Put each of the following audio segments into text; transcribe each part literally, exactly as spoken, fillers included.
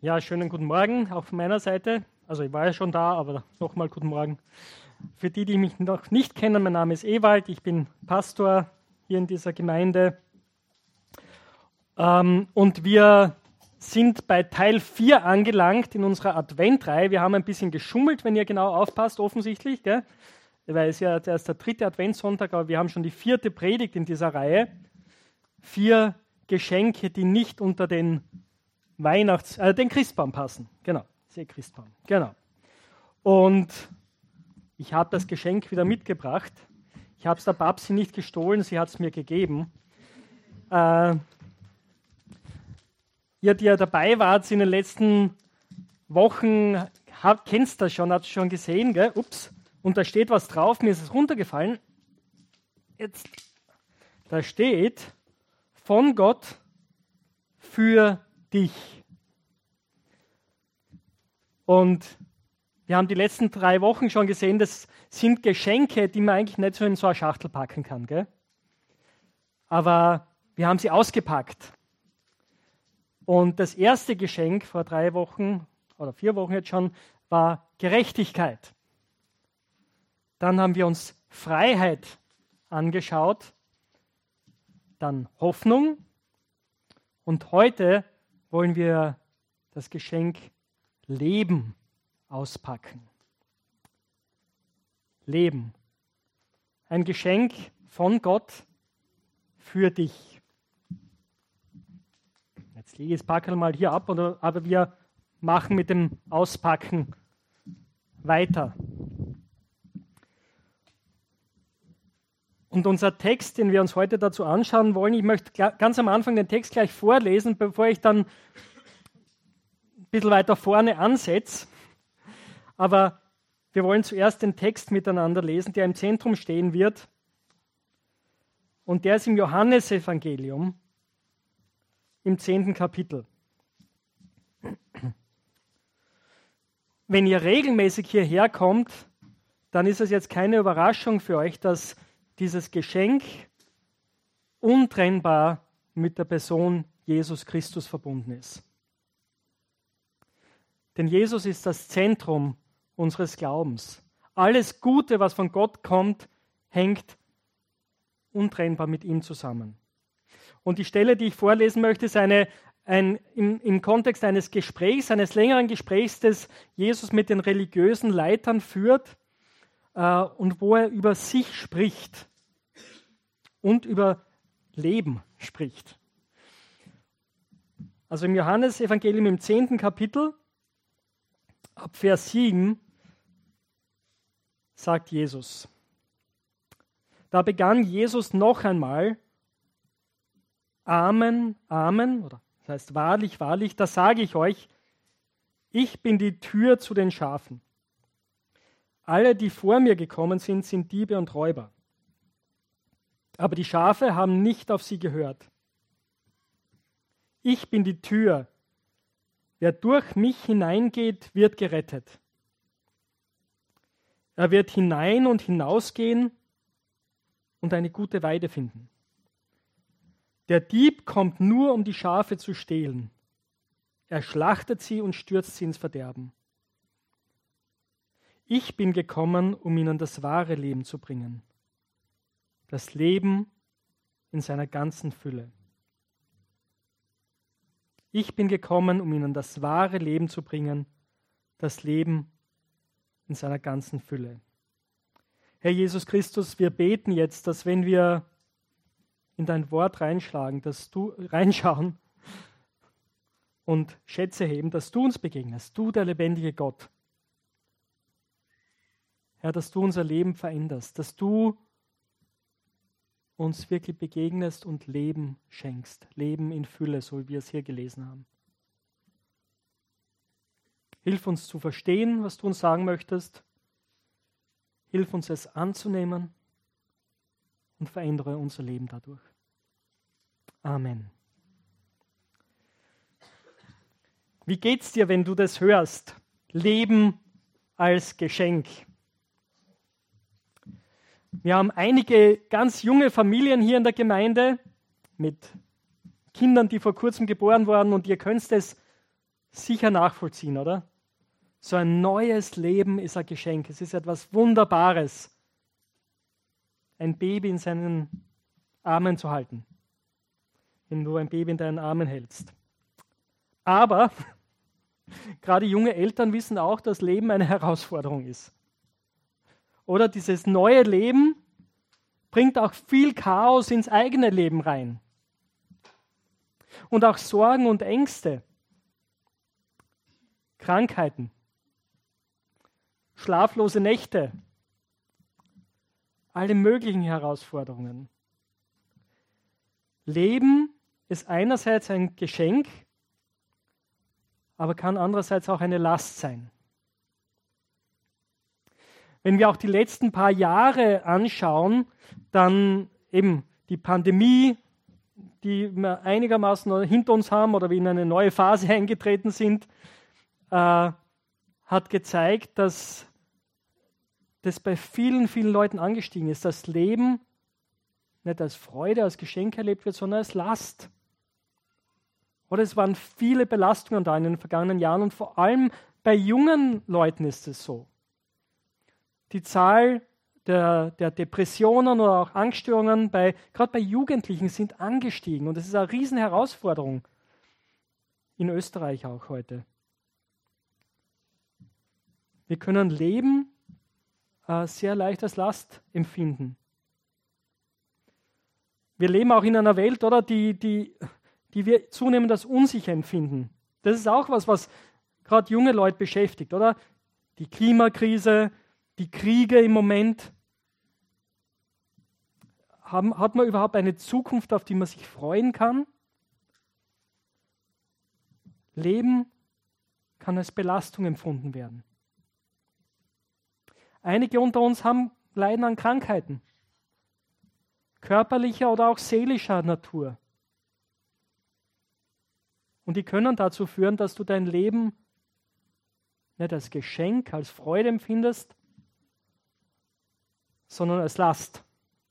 Ja, schönen guten Morgen auch von meiner Seite. Also ich war ja schon da, aber nochmal guten Morgen. Für die, die mich noch nicht kennen, mein Name ist Ewald, ich bin Pastor hier in dieser Gemeinde. Ähm, und wir sind bei Teil vier angelangt in unserer Adventreihe. Wir haben ein bisschen geschummelt, wenn ihr genau aufpasst, offensichtlich, gell? Weil es ja erst der dritte Adventssonntag, aber wir haben schon die vierte Predigt in dieser Reihe. Vier Geschenke, die nicht unter den Weihnachts-, äh, den Christbaum passen. Genau, sehr Christbaum. Genau. Und ich habe das Geschenk wieder mitgebracht. Ich habe es der Babsi nicht gestohlen, sie hat es mir gegeben. Äh, ihr, die ja dabei wart in den letzten Wochen, habt, kennst das schon, habt es schon gesehen, gell? Ups. Und da steht was drauf, mir ist es runtergefallen. Jetzt, da steht, von Gott für dich. Und wir haben die letzten drei Wochen schon gesehen, das sind Geschenke, die man eigentlich nicht so in so eine Schachtel packen kann. Gell? Aber wir haben sie ausgepackt. Und das erste Geschenk vor drei Wochen oder vier Wochen jetzt schon war Gerechtigkeit. Dann haben wir uns Freiheit angeschaut, dann Hoffnung und heute wollen wir das Geschenk Leben auspacken. Leben. Ein Geschenk von Gott für dich. Jetzt lege ich das Packerl mal hier ab, oder, aber wir machen mit dem Auspacken weiter. Und unser Text, den wir uns heute dazu anschauen wollen, ich möchte ganz am Anfang den Text gleich vorlesen, bevor ich dann ein bisschen weiter vorne ansetze. Aber wir wollen zuerst den Text miteinander lesen, der im Zentrum stehen wird. Und der ist im Johannesevangelium im zehnten Kapitel. Wenn ihr regelmäßig hierher kommt, dann ist es jetzt keine Überraschung für euch, dass dieses Geschenk untrennbar mit der Person Jesus Christus verbunden ist. Denn Jesus ist das Zentrum unseres Glaubens. Alles Gute, was von Gott kommt, hängt untrennbar mit ihm zusammen. Und die Stelle, die ich vorlesen möchte, ist eine, ein, im, im Kontext eines Gesprächs, eines längeren Gesprächs, das Jesus mit den religiösen Leitern führt, und wo er über sich spricht und über Leben spricht. Also im Johannesevangelium im zehnten Kapitel, ab Vers sieben, sagt Jesus: Da begann Jesus noch einmal: Amen, Amen, oder das heißt wahrlich, wahrlich, da sage ich euch, ich bin die Tür zu den Schafen. Alle, die vor mir gekommen sind, sind Diebe und Räuber. Aber die Schafe haben nicht auf sie gehört. Ich bin die Tür. Wer durch mich hineingeht, wird gerettet. Er wird hinein und hinausgehen und eine gute Weide finden. Der Dieb kommt nur, um die Schafe zu stehlen. Er schlachtet sie und stürzt sie ins Verderben. Ich bin gekommen, um ihnen das wahre Leben zu bringen. Das Leben in seiner ganzen Fülle. Ich bin gekommen, um ihnen das wahre Leben zu bringen. Das Leben in seiner ganzen Fülle. Herr Jesus Christus, wir beten jetzt, dass wenn wir in dein Wort reinschlagen, dass du reinschauen und Schätze heben, dass du uns begegnest, du der lebendige Gott. Herr, dass du unser Leben veränderst, dass du uns wirklich begegnest und Leben schenkst. Leben in Fülle, so wie wir es hier gelesen haben. Hilf uns zu verstehen, was du uns sagen möchtest. Hilf uns, es anzunehmen und verändere unser Leben dadurch. Amen. Wie geht's dir, wenn du das hörst? Leben als Geschenk. Wir haben einige ganz junge Familien hier in der Gemeinde mit Kindern, die vor kurzem geboren wurden, und ihr könnt es sicher nachvollziehen, oder? So ein neues Leben ist ein Geschenk. Es ist etwas Wunderbares, ein Baby in seinen Armen zu halten, wenn du ein Baby in deinen Armen hältst. Aber gerade junge Eltern wissen auch, dass Leben eine Herausforderung ist. Oder dieses neue Leben bringt auch viel Chaos ins eigene Leben rein. Und auch Sorgen und Ängste, Krankheiten, schlaflose Nächte, alle möglichen Herausforderungen. Leben ist einerseits ein Geschenk, aber kann andererseits auch eine Last sein. Wenn wir auch die letzten paar Jahre anschauen, dann eben die Pandemie, die wir einigermaßen hinter uns haben oder wir in eine neue Phase eingetreten sind, äh, hat gezeigt, dass das bei vielen, vielen Leuten angestiegen ist, dass Leben nicht als Freude, als Geschenk erlebt wird, sondern als Last. Oder es waren viele Belastungen da in den vergangenen Jahren und vor allem bei jungen Leuten ist es so. Die Zahl der, der Depressionen oder auch Angststörungen, bei, gerade bei Jugendlichen, sind angestiegen. Und das ist eine riesen Herausforderung in Österreich auch heute. Wir können Leben äh, sehr leicht als Last empfinden. Wir leben auch in einer Welt, oder, die, die, die wir zunehmend als unsicher empfinden. Das ist auch was, was gerade junge Leute beschäftigt, oder? Die Klimakrise, die Kriege im Moment. Haben, hat man überhaupt eine Zukunft, auf die man sich freuen kann? Leben kann als Belastung empfunden werden. Einige unter uns haben leiden an Krankheiten, körperlicher oder auch seelischer Natur. Und die können dazu führen, dass du dein Leben nicht als Geschenk, als Freude empfindest, sondern als Last.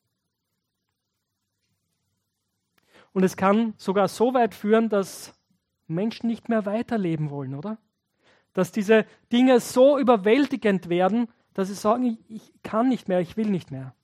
Und es kann sogar so weit führen, dass Menschen nicht mehr weiterleben wollen, oder? Dass diese Dinge so überwältigend werden, dass sie sagen, ich kann nicht mehr, ich will nicht mehr.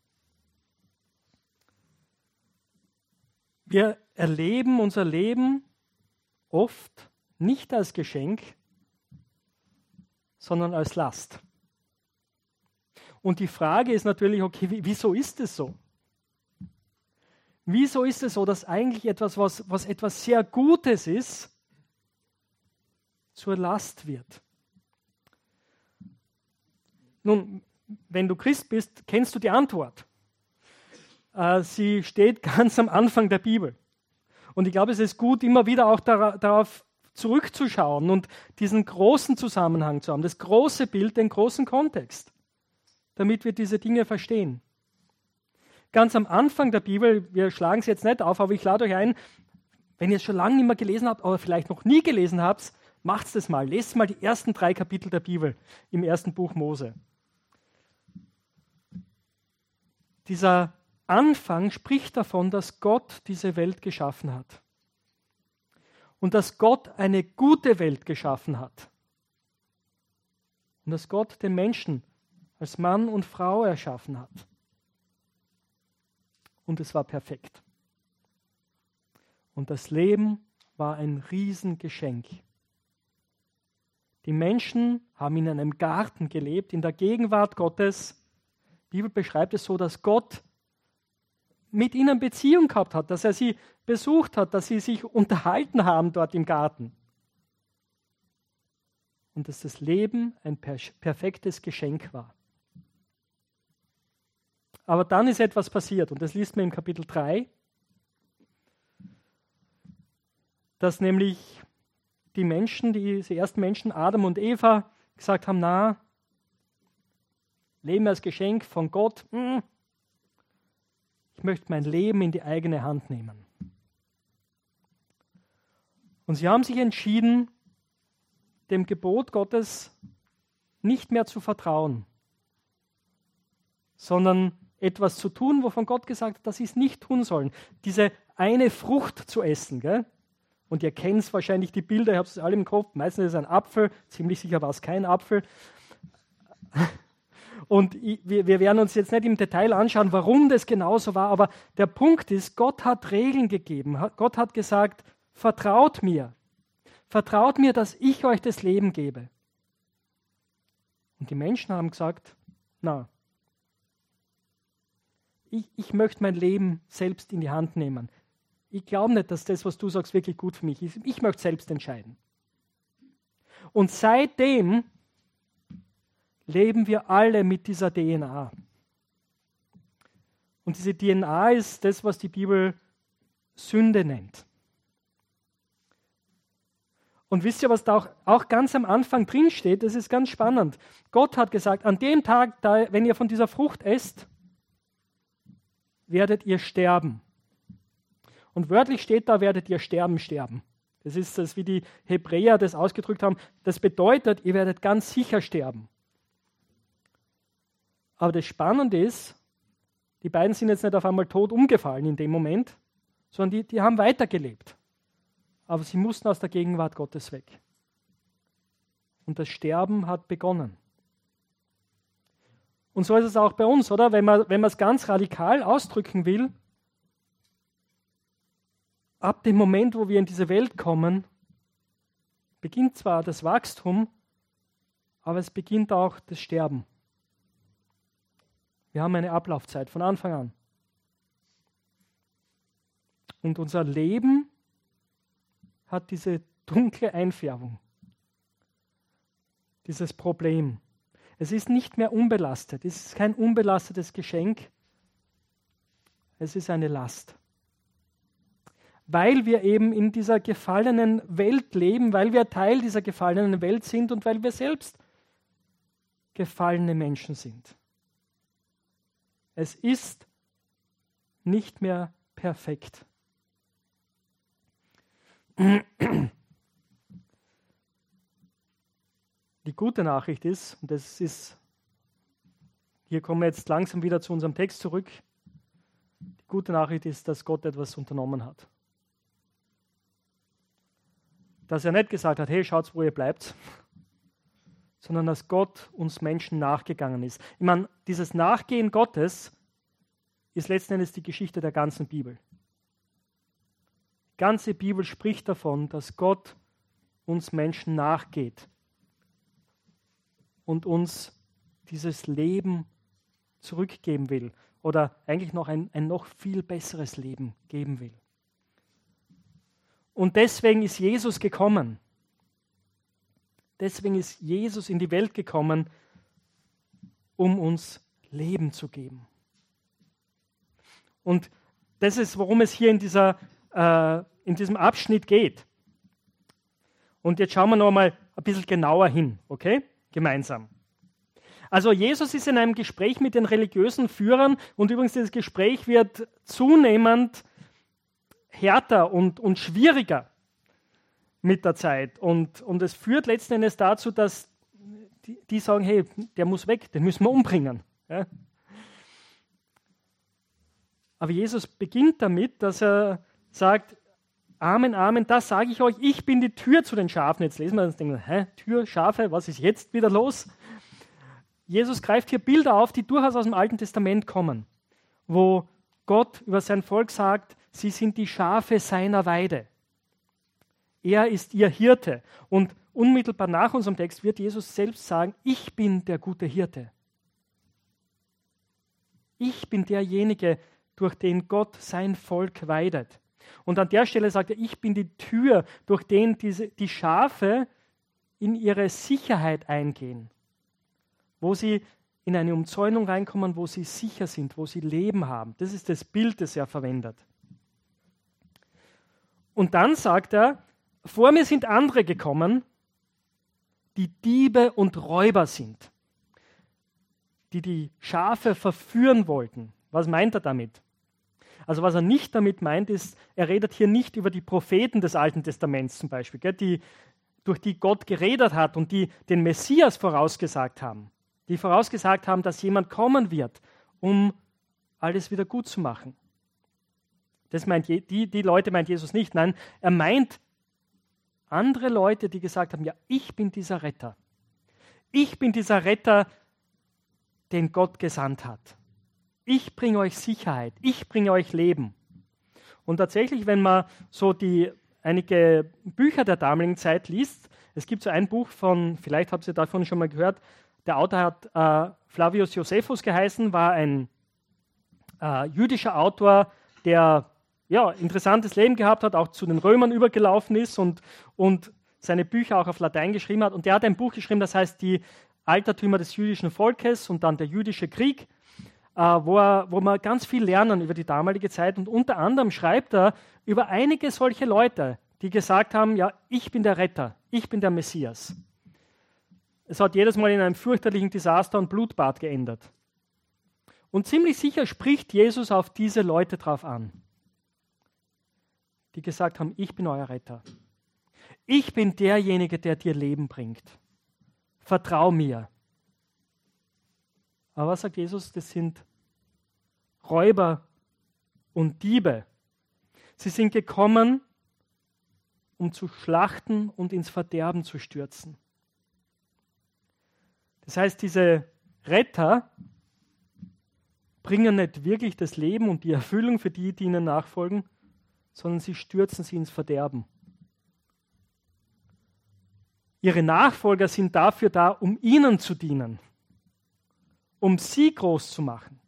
Wir erleben unser Leben oft nicht als Geschenk, sondern als Last. Und die Frage ist natürlich, okay, wieso ist es so? Wieso ist es so, dass eigentlich etwas, was, was etwas sehr Gutes ist, zur Last wird? Nun, wenn du Christ bist, kennst du die Antwort. Äh, sie steht ganz am Anfang der Bibel. Und ich glaube, es ist gut, immer wieder auch dar- darauf zurückzuschauen und diesen großen Zusammenhang zu haben, das große Bild, den großen Kontext, damit wir diese Dinge verstehen. Ganz am Anfang der Bibel, wir schlagen es jetzt nicht auf, aber ich lade euch ein, wenn ihr es schon lange nicht mehr gelesen habt, oder vielleicht noch nie gelesen habt, macht das mal. Lest mal die ersten drei Kapitel der Bibel im ersten Buch Mose. Dieser Anfang spricht davon, dass Gott diese Welt geschaffen hat. Und dass Gott eine gute Welt geschaffen hat. Und dass Gott den Menschen als Mann und Frau erschaffen hat. Und es war perfekt. Und das Leben war ein Riesengeschenk. Die Menschen haben in einem Garten gelebt, in der Gegenwart Gottes. Die Bibel beschreibt es so, dass Gott mit ihnen Beziehung gehabt hat, dass er sie besucht hat, dass sie sich unterhalten haben dort im Garten. Und dass das Leben ein perfektes Geschenk war. Aber dann ist etwas passiert, und das liest man im Kapitel drei, dass nämlich die Menschen, die, die ersten Menschen, Adam und Eva, gesagt haben, na, Leben als Geschenk von Gott, mh, ich möchte mein Leben in die eigene Hand nehmen. Und sie haben sich entschieden, dem Gebot Gottes nicht mehr zu vertrauen, sondern etwas zu tun, wovon Gott gesagt hat, dass sie es nicht tun sollen. Diese eine Frucht zu essen. Gell? Und ihr kennt wahrscheinlich die Bilder, ihr habt es alle im Kopf. Meistens ist es ein Apfel, ziemlich sicher war es kein Apfel. Und wir, wir werden uns jetzt nicht im Detail anschauen, warum das genauso war, aber der Punkt ist, Gott hat Regeln gegeben. Gott hat gesagt, vertraut mir. Vertraut mir, dass ich euch das Leben gebe. Und die Menschen haben gesagt, na, ich, ich möchte mein Leben selbst in die Hand nehmen. Ich glaube nicht, dass das, was du sagst, wirklich gut für mich ist. Ich möchte selbst entscheiden. Und seitdem leben wir alle mit dieser D N A. Und diese D N A ist das, was die Bibel Sünde nennt. Und wisst ihr, was da auch, auch ganz am Anfang drin steht? Das ist ganz spannend. Gott hat gesagt, an dem Tag, da, wenn ihr von dieser Frucht esst, werdet ihr sterben. Und wörtlich steht da, werdet ihr sterben, sterben. Das ist das, wie die Hebräer das ausgedrückt haben. Das bedeutet, ihr werdet ganz sicher sterben. Aber das Spannende ist, die beiden sind jetzt nicht auf einmal tot umgefallen in dem Moment, sondern die, die haben weitergelebt. Aber sie mussten aus der Gegenwart Gottes weg. Und das Sterben hat begonnen. Und so ist es auch bei uns, oder? Wenn man, wenn man es ganz radikal ausdrücken will, ab dem Moment, wo wir in diese Welt kommen, beginnt zwar das Wachstum, aber es beginnt auch das Sterben. Wir haben eine Ablaufzeit von Anfang an. Und unser Leben hat diese dunkle Einfärbung, dieses Problem. Es ist nicht mehr unbelastet, es ist kein unbelastetes Geschenk, es ist eine Last. Weil wir eben in dieser gefallenen Welt leben, weil wir Teil dieser gefallenen Welt sind und weil wir selbst gefallene Menschen sind. Es ist nicht mehr perfekt. Die gute Nachricht ist, und das ist, hier kommen wir jetzt langsam wieder zu unserem Text zurück, die gute Nachricht ist, dass Gott etwas unternommen hat. Dass er nicht gesagt hat, hey, schaut, wo ihr bleibt, sondern dass Gott uns Menschen nachgegangen ist. Ich meine, dieses Nachgehen Gottes ist letzten Endes die Geschichte der ganzen Bibel. Die ganze Bibel spricht davon, dass Gott uns Menschen nachgeht und uns dieses Leben zurückgeben will oder eigentlich noch ein, ein noch viel besseres Leben geben will. Und deswegen ist Jesus gekommen. Deswegen ist Jesus in die Welt gekommen, um uns Leben zu geben. Und das ist, worum es hier in, dieser, äh, in diesem Abschnitt geht. Und jetzt schauen wir noch mal ein bisschen genauer hin, okay? Gemeinsam. Also Jesus ist in einem Gespräch mit den religiösen Führern und übrigens dieses Gespräch wird zunehmend härter und, und schwieriger mit der Zeit. Und, und es führt letzten Endes dazu, dass die, die sagen, hey, der muss weg, den müssen wir umbringen. Ja? Aber Jesus beginnt damit, dass er sagt, Amen, Amen, das sage ich euch, ich bin die Tür zu den Schafen. Jetzt lesen wir das und denken, hä, Tür, Schafe, was ist jetzt wieder los? Jesus greift hier Bilder auf, die durchaus aus dem Alten Testament kommen, wo Gott über sein Volk sagt, sie sind die Schafe seiner Weide. Er ist ihr Hirte. Und unmittelbar nach unserem Text wird Jesus selbst sagen, ich bin der gute Hirte. Ich bin derjenige, durch den Gott sein Volk weidet. Und an der Stelle sagt er, ich bin die Tür, durch den diese, die Schafe in ihre Sicherheit eingehen, wo sie in eine Umzäunung reinkommen, wo sie sicher sind, wo sie Leben haben. Das ist das Bild, das er verwendet. Und dann sagt er, vor mir sind andere gekommen, die Diebe und Räuber sind, die die Schafe verführen wollten. Was meint er damit? Also was er nicht damit meint, ist, er redet hier nicht über die Propheten des Alten Testaments zum Beispiel, gell, die, durch die Gott geredet hat und die den Messias vorausgesagt haben. Die vorausgesagt haben, dass jemand kommen wird, um alles wieder gut zu machen. Das meint Je- die, die Leute meint Jesus nicht. Nein, er meint andere Leute, die gesagt haben, ja, ich bin dieser Retter. Ich bin dieser Retter, den Gott gesandt hat. Ich bringe euch Sicherheit, ich bringe euch Leben. Und tatsächlich, wenn man so die einige Bücher der damaligen Zeit liest, es gibt so ein Buch von, vielleicht habt ihr davon schon mal gehört, der Autor hat äh, Flavius Josephus geheißen, war ein äh, jüdischer Autor, der ja, interessantes Leben gehabt hat, auch zu den Römern übergelaufen ist und, und seine Bücher auch auf Latein geschrieben hat. Und der hat ein Buch geschrieben, das heißt die Altertümer des jüdischen Volkes und dann der jüdische Krieg, äh, wo, er, wo wir ganz viel lernen über die damalige Zeit. Und unter anderem schreibt er über einige solche Leute, die gesagt haben, ja, ich bin der Retter, ich bin der Messias. Es hat jedes Mal in einem fürchterlichen Desaster und Blutbad geendet. Und ziemlich sicher spricht Jesus auf diese Leute drauf an, die gesagt haben, ich bin euer Retter. Ich bin derjenige, der dir Leben bringt. Vertrau mir. Aber was sagt Jesus? Das sind Räuber und Diebe. Sie sind gekommen, um zu schlachten und ins Verderben zu stürzen. Das heißt, diese Retter bringen nicht wirklich das Leben und die Erfüllung für die, die ihnen nachfolgen, sondern sie stürzen sie ins Verderben. Ihre Nachfolger sind dafür da, um ihnen zu dienen, um sie groß zu machen.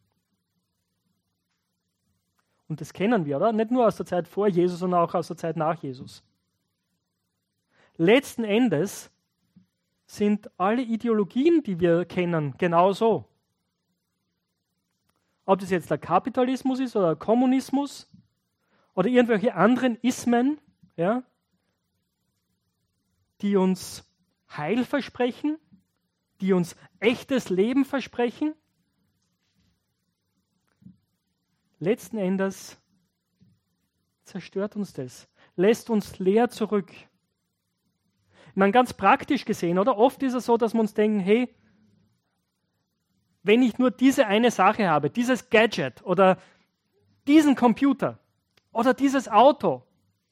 Und das kennen wir, oder? Nicht nur aus der Zeit vor Jesus, sondern auch aus der Zeit nach Jesus. Letzten Endes sind alle Ideologien, die wir kennen, genauso. Ob das jetzt der Kapitalismus ist oder der Kommunismus oder irgendwelche anderen Ismen, ja, die uns Heil versprechen, die uns echtes Leben versprechen. Letzten Endes zerstört uns das, lässt uns leer zurück. Ich meine, ganz praktisch gesehen, oder? Oft ist es so, dass wir uns denken, hey, wenn ich nur diese eine Sache habe, dieses Gadget oder diesen Computer oder dieses Auto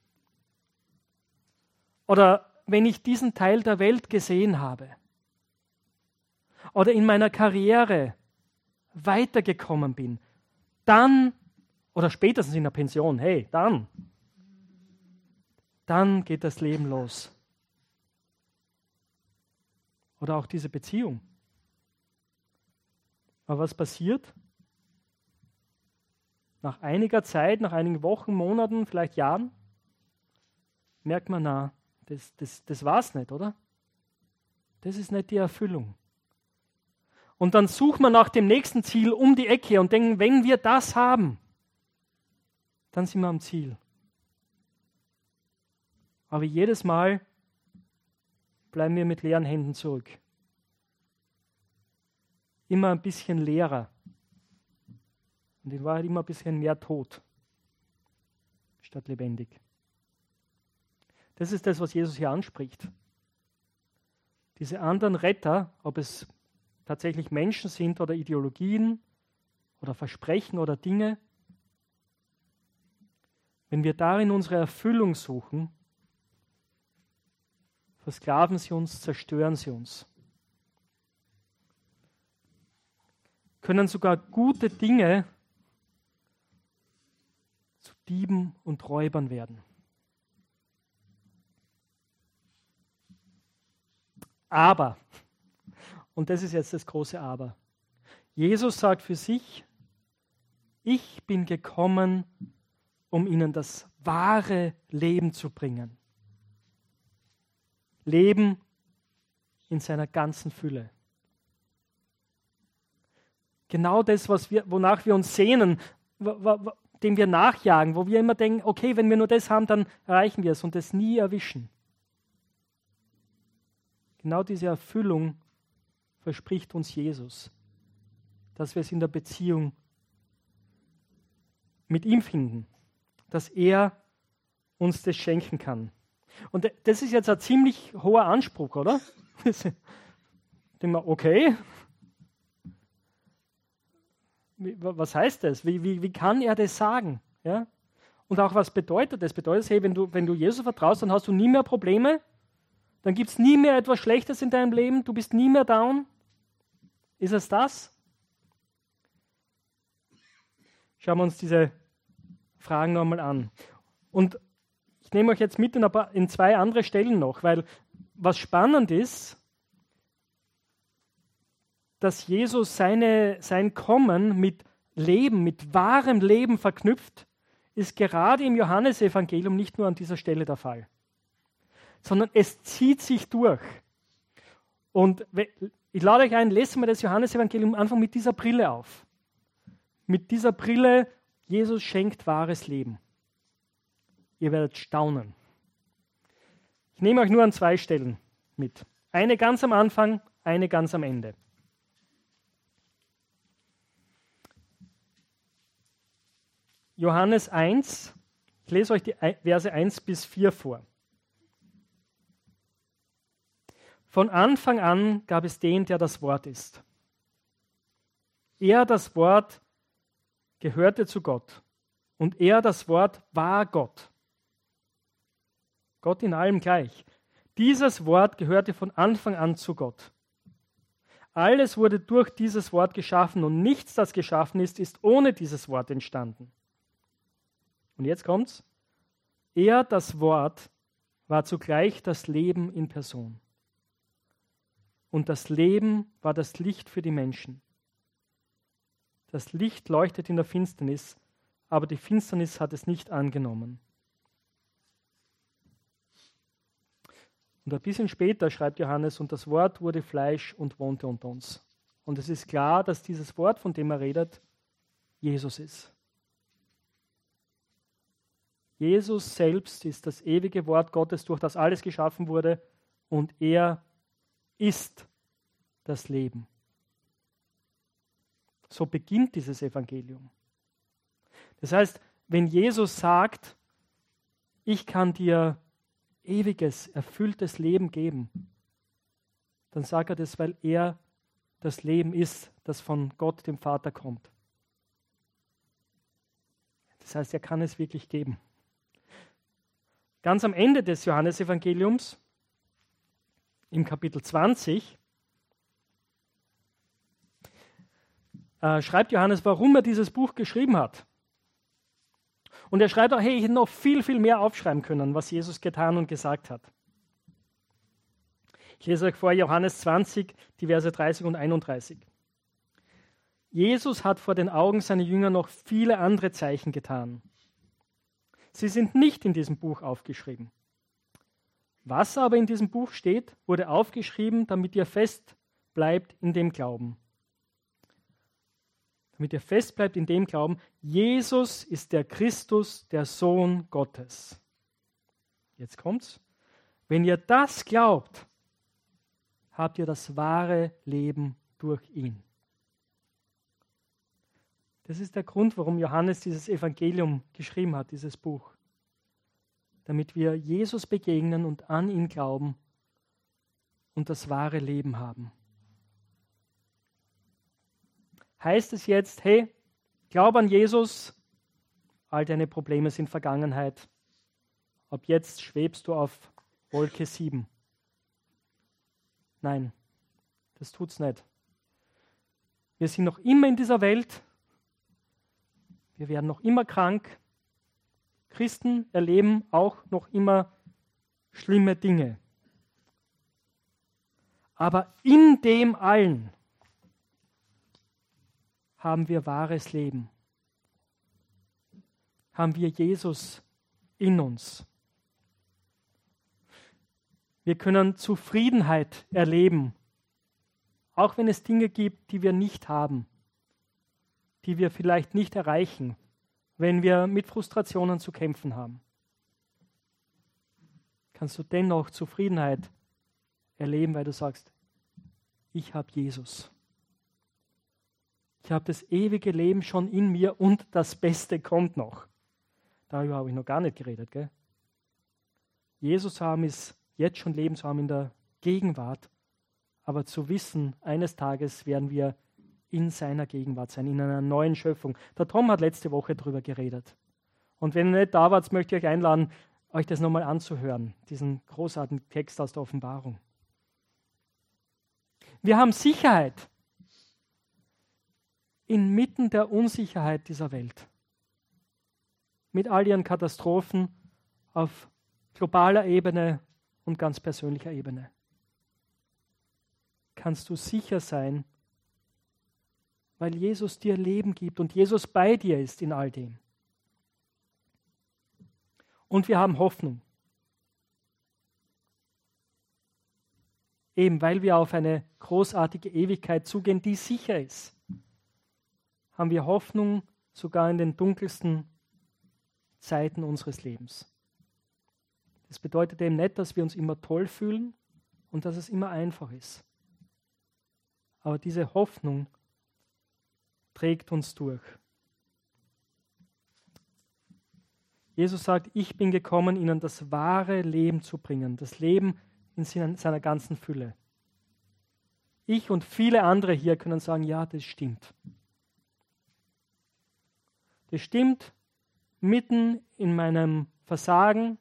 oder wenn ich diesen Teil der Welt gesehen habe oder in meiner Karriere weitergekommen bin, dann, oder spätestens in der Pension, hey, dann, dann geht das Leben los. Oder auch diese Beziehung. Aber was passiert? Nach einiger Zeit, nach einigen Wochen, Monaten, vielleicht Jahren, merkt man, na, das, das, das war's nicht, oder? Das ist nicht die Erfüllung. Und dann sucht man nach dem nächsten Ziel um die Ecke und denkt, wenn wir das haben, dann sind wir am Ziel. Aber jedes Mal bleiben wir mit leeren Händen zurück. Immer ein bisschen leerer. Und in Wahrheit immer ein bisschen mehr tot, statt lebendig. Das ist das, was Jesus hier anspricht. Diese anderen Retter, ob es tatsächlich Menschen sind oder Ideologien oder Versprechen oder Dinge, wenn wir darin unsere Erfüllung suchen, versklaven sie uns, zerstören sie uns. Können sogar gute Dinge zu Dieben und Räubern werden. Aber, und das ist jetzt das große Aber, Jesus sagt für sich, ich bin gekommen, um ihnen das wahre Leben zu bringen. Leben in seiner ganzen Fülle. Genau das, was wir, wonach wir uns sehnen, dem wir nachjagen, wo wir immer denken, okay, wenn wir nur das haben, dann erreichen wir es und das nie erwischen. Genau diese Erfüllung verspricht uns Jesus, dass wir es in der Beziehung mit ihm finden, dass er uns das schenken kann. Und das ist jetzt ein ziemlich hoher Anspruch, oder? Denken wir, okay, was heißt das? Wie, wie, wie kann er das sagen? Ja? Und auch was bedeutet das? Bedeutet, hey, wenn du, wenn du Jesus vertraust, dann hast du nie mehr Probleme, dann gibt es nie mehr etwas Schlechtes in deinem Leben, du bist nie mehr down. Ist es das? Schauen wir uns diese Fragen nochmal an. Und ich nehme euch jetzt mit in, ein paar, in zwei andere Stellen noch, weil was spannend ist, dass Jesus seine, sein Kommen mit Leben, mit wahrem Leben verknüpft, ist gerade im Johannesevangelium nicht nur an dieser Stelle der Fall, sondern es zieht sich durch. Und ich lade euch ein, lesen wir das Johannesevangelium einfach mit dieser Brille auf. Mit dieser Brille, Jesus schenkt wahres Leben. Ihr werdet staunen. Ich nehme euch nur an zwei Stellen mit. Eine ganz am Anfang, eine ganz am Ende. Johannes eins, ich lese euch die Verse eins bis vier vor. Von Anfang an gab es den, der das Wort ist. Er, das Wort, gehörte zu Gott. Und er, das Wort, war Gott. Gott in allem gleich. Dieses Wort gehörte von Anfang an zu Gott. Alles wurde durch dieses Wort geschaffen und nichts, das geschaffen ist, ist ohne dieses Wort entstanden. Und jetzt kommt's. Er, das Wort, war zugleich das Leben in Person. Und das Leben war das Licht für die Menschen. Das Licht leuchtet in der Finsternis, aber die Finsternis hat es nicht angenommen. Und ein bisschen später schreibt Johannes, und das Wort wurde Fleisch und wohnte unter uns. Und es ist klar, dass dieses Wort, von dem er redet, Jesus ist. Jesus selbst ist das ewige Wort Gottes, durch das alles geschaffen wurde, und er ist das Leben. So beginnt dieses Evangelium. Das heißt, wenn Jesus sagt, ich kann dir ewiges, erfülltes Leben geben, dann sagt er das, weil er das Leben ist, das von Gott, dem Vater, kommt. Das heißt, er kann es wirklich geben. Ganz am Ende des Johannesevangeliums, im Kapitel zwanzig, äh, schreibt Johannes, warum er dieses Buch geschrieben hat. Und er schreibt auch, hey, ich hätte noch viel, viel mehr aufschreiben können, was Jesus getan und gesagt hat. Ich lese euch vor Johannes zwanzig, die Verse dreißig und einunddreißig. Jesus hat vor den Augen seiner Jünger noch viele andere Zeichen getan. Sie sind nicht in diesem Buch aufgeschrieben. Was aber in diesem Buch steht, wurde aufgeschrieben, damit ihr fest bleibt in dem Glauben. Damit ihr fest bleibt in dem Glauben, Jesus ist der Christus, der Sohn Gottes. Jetzt kommt's. Wenn ihr das glaubt, habt ihr das wahre Leben durch ihn. Das ist der Grund, warum Johannes dieses Evangelium geschrieben hat, dieses Buch. Damit wir Jesus begegnen und an ihn glauben und das wahre Leben haben. Heißt es jetzt, hey, glaub an Jesus, all deine Probleme sind Vergangenheit. Ab jetzt schwebst du auf Wolke sieben. Nein, das tut's nicht. Wir sind noch immer in dieser Welt. Wir werden noch immer krank. Christen erleben auch noch immer schlimme Dinge. Aber in dem allen haben wir wahres Leben. Haben wir Jesus in uns. Wir können Zufriedenheit erleben, auch wenn es Dinge gibt, die wir nicht haben, die wir vielleicht nicht erreichen, wenn wir mit Frustrationen zu kämpfen haben. Kannst du dennoch Zufriedenheit erleben, weil du sagst, ich habe Jesus. Ich habe das ewige Leben schon in mir und das Beste kommt noch. Darüber habe ich noch gar nicht geredet. Gell? Jesus zu haben ist jetzt schon Leben zu haben in der Gegenwart, aber zu wissen, eines Tages werden wir in seiner Gegenwart sein, in einer neuen Schöpfung. Der Tom hat letzte Woche darüber geredet. Und wenn ihr nicht da wart, möchte ich euch einladen, euch das nochmal anzuhören, diesen großartigen Text aus der Offenbarung. Wir haben Sicherheit inmitten der Unsicherheit dieser Welt. Mit all ihren Katastrophen auf globaler Ebene und ganz persönlicher Ebene. Kannst du sicher sein, weil Jesus dir Leben gibt und Jesus bei dir ist in all dem. Und wir haben Hoffnung. Eben weil wir auf eine großartige Ewigkeit zugehen, die sicher ist, haben wir Hoffnung sogar in den dunkelsten Zeiten unseres Lebens. Das bedeutet eben nicht, dass wir uns immer toll fühlen und dass es immer einfach ist. Aber diese Hoffnung trägt uns durch. Jesus sagt, ich bin gekommen, ihnen das wahre Leben zu bringen, das Leben in seiner ganzen Fülle. Ich und viele andere hier können sagen, ja, das stimmt. Das stimmt mitten in meinem Versagen,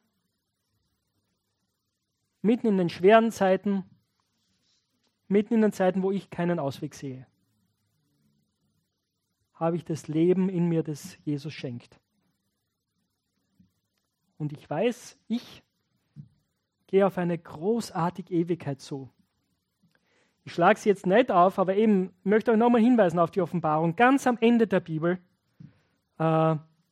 mitten in den schweren Zeiten, mitten in den Zeiten, wo ich keinen Ausweg sehe, habe ich das Leben in mir, das Jesus schenkt. Und ich weiß, ich gehe auf eine großartige Ewigkeit zu. Ich schlage sie jetzt nicht auf, aber eben möchte euch nochmal hinweisen auf die Offenbarung. Ganz am Ende der Bibel äh,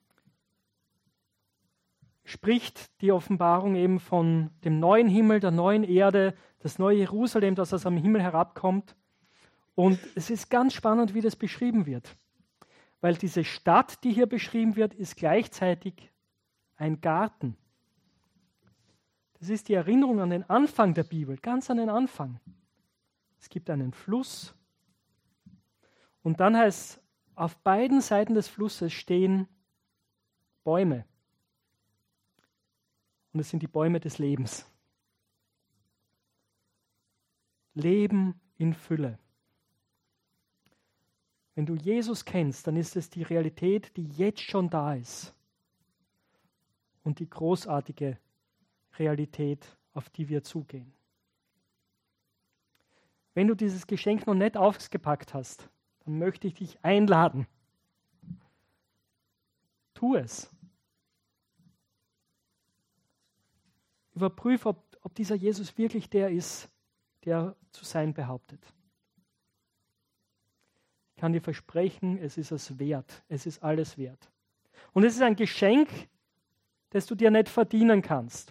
spricht die Offenbarung eben von dem neuen Himmel, der neuen Erde, das neue Jerusalem, das aus dem Himmel herabkommt. Und es ist ganz spannend, wie das beschrieben wird. Weil diese Stadt, die hier beschrieben wird, ist gleichzeitig ein Garten. Das ist die Erinnerung an den Anfang der Bibel, ganz an den Anfang. Es gibt einen Fluss und dann heißt es, auf beiden Seiten des Flusses stehen Bäume. Und es sind die Bäume des Lebens. Leben in Fülle. Wenn du Jesus kennst, dann ist es die Realität, die jetzt schon da ist. Und die großartige Realität, auf die wir zugehen. Wenn du dieses Geschenk noch nicht ausgepackt hast, dann möchte ich dich einladen. Tu es. Überprüfe, ob, ob dieser Jesus wirklich der ist, der zu sein behauptet. Ich kann dir versprechen, es ist es wert. Es ist alles wert. Und es ist ein Geschenk, das du dir nicht verdienen kannst.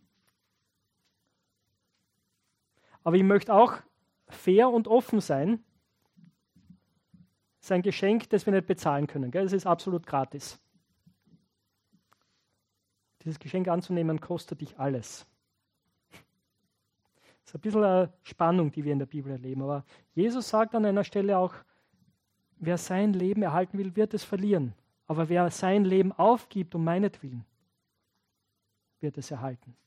Aber ich möchte auch fair und offen sein. Es ist ein Geschenk, das wir nicht bezahlen können. Es ist absolut gratis. Dieses Geschenk anzunehmen, kostet dich alles. Das ist ein bisschen eine Spannung, die wir in der Bibel erleben. Aber Jesus sagt an einer Stelle auch, wer sein Leben erhalten will, wird es verlieren. Aber wer sein Leben aufgibt um meinetwillen, wird es erhalten.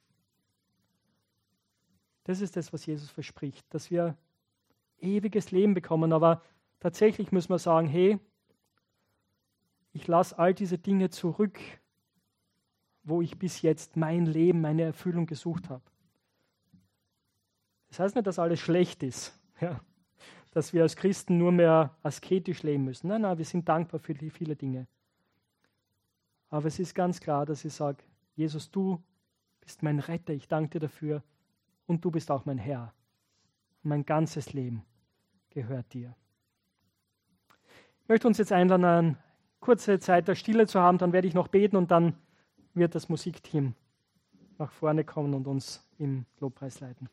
Das ist das, was Jesus verspricht, dass wir ewiges Leben bekommen. Aber tatsächlich müssen wir sagen, hey, ich lasse all diese Dinge zurück, wo ich bis jetzt mein Leben, meine Erfüllung gesucht habe. Das heißt nicht, dass alles schlecht ist, ja, dass wir als Christen nur mehr asketisch leben müssen. Nein, nein, wir sind dankbar für die viele Dinge. Aber es ist ganz klar, dass ich sage, Jesus, du bist mein Retter, ich danke dir dafür und du bist auch mein Herr. Mein ganzes Leben gehört dir. Ich möchte uns jetzt einladen, eine kurze Zeit der Stille zu haben, dann werde ich noch beten und dann wird das Musikteam nach vorne kommen und uns im Lobpreis leiten.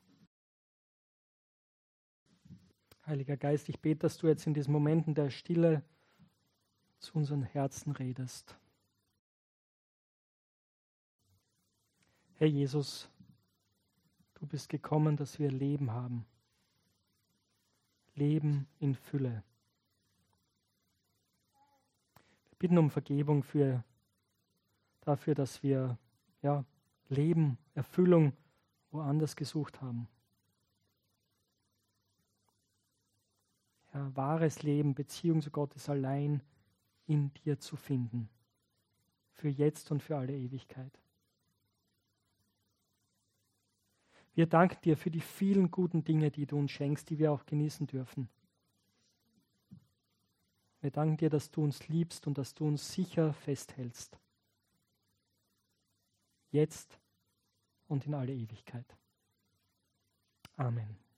Heiliger Geist, ich bete, dass du jetzt in diesen Momenten der Stille zu unseren Herzen redest. Herr Jesus, du bist gekommen, dass wir Leben haben. Leben in Fülle. Wir bitten um Vergebung für, dafür, dass wir ja, Leben, Erfüllung woanders gesucht haben. Ja, wahres Leben, Beziehung zu Gott ist allein in dir zu finden. für jetzt und für alle Ewigkeit. Wir danken dir für die vielen guten Dinge, die du uns schenkst, die wir auch genießen dürfen. Wir danken dir, dass du uns liebst und dass du uns sicher festhältst. Jetzt und in alle Ewigkeit. Amen.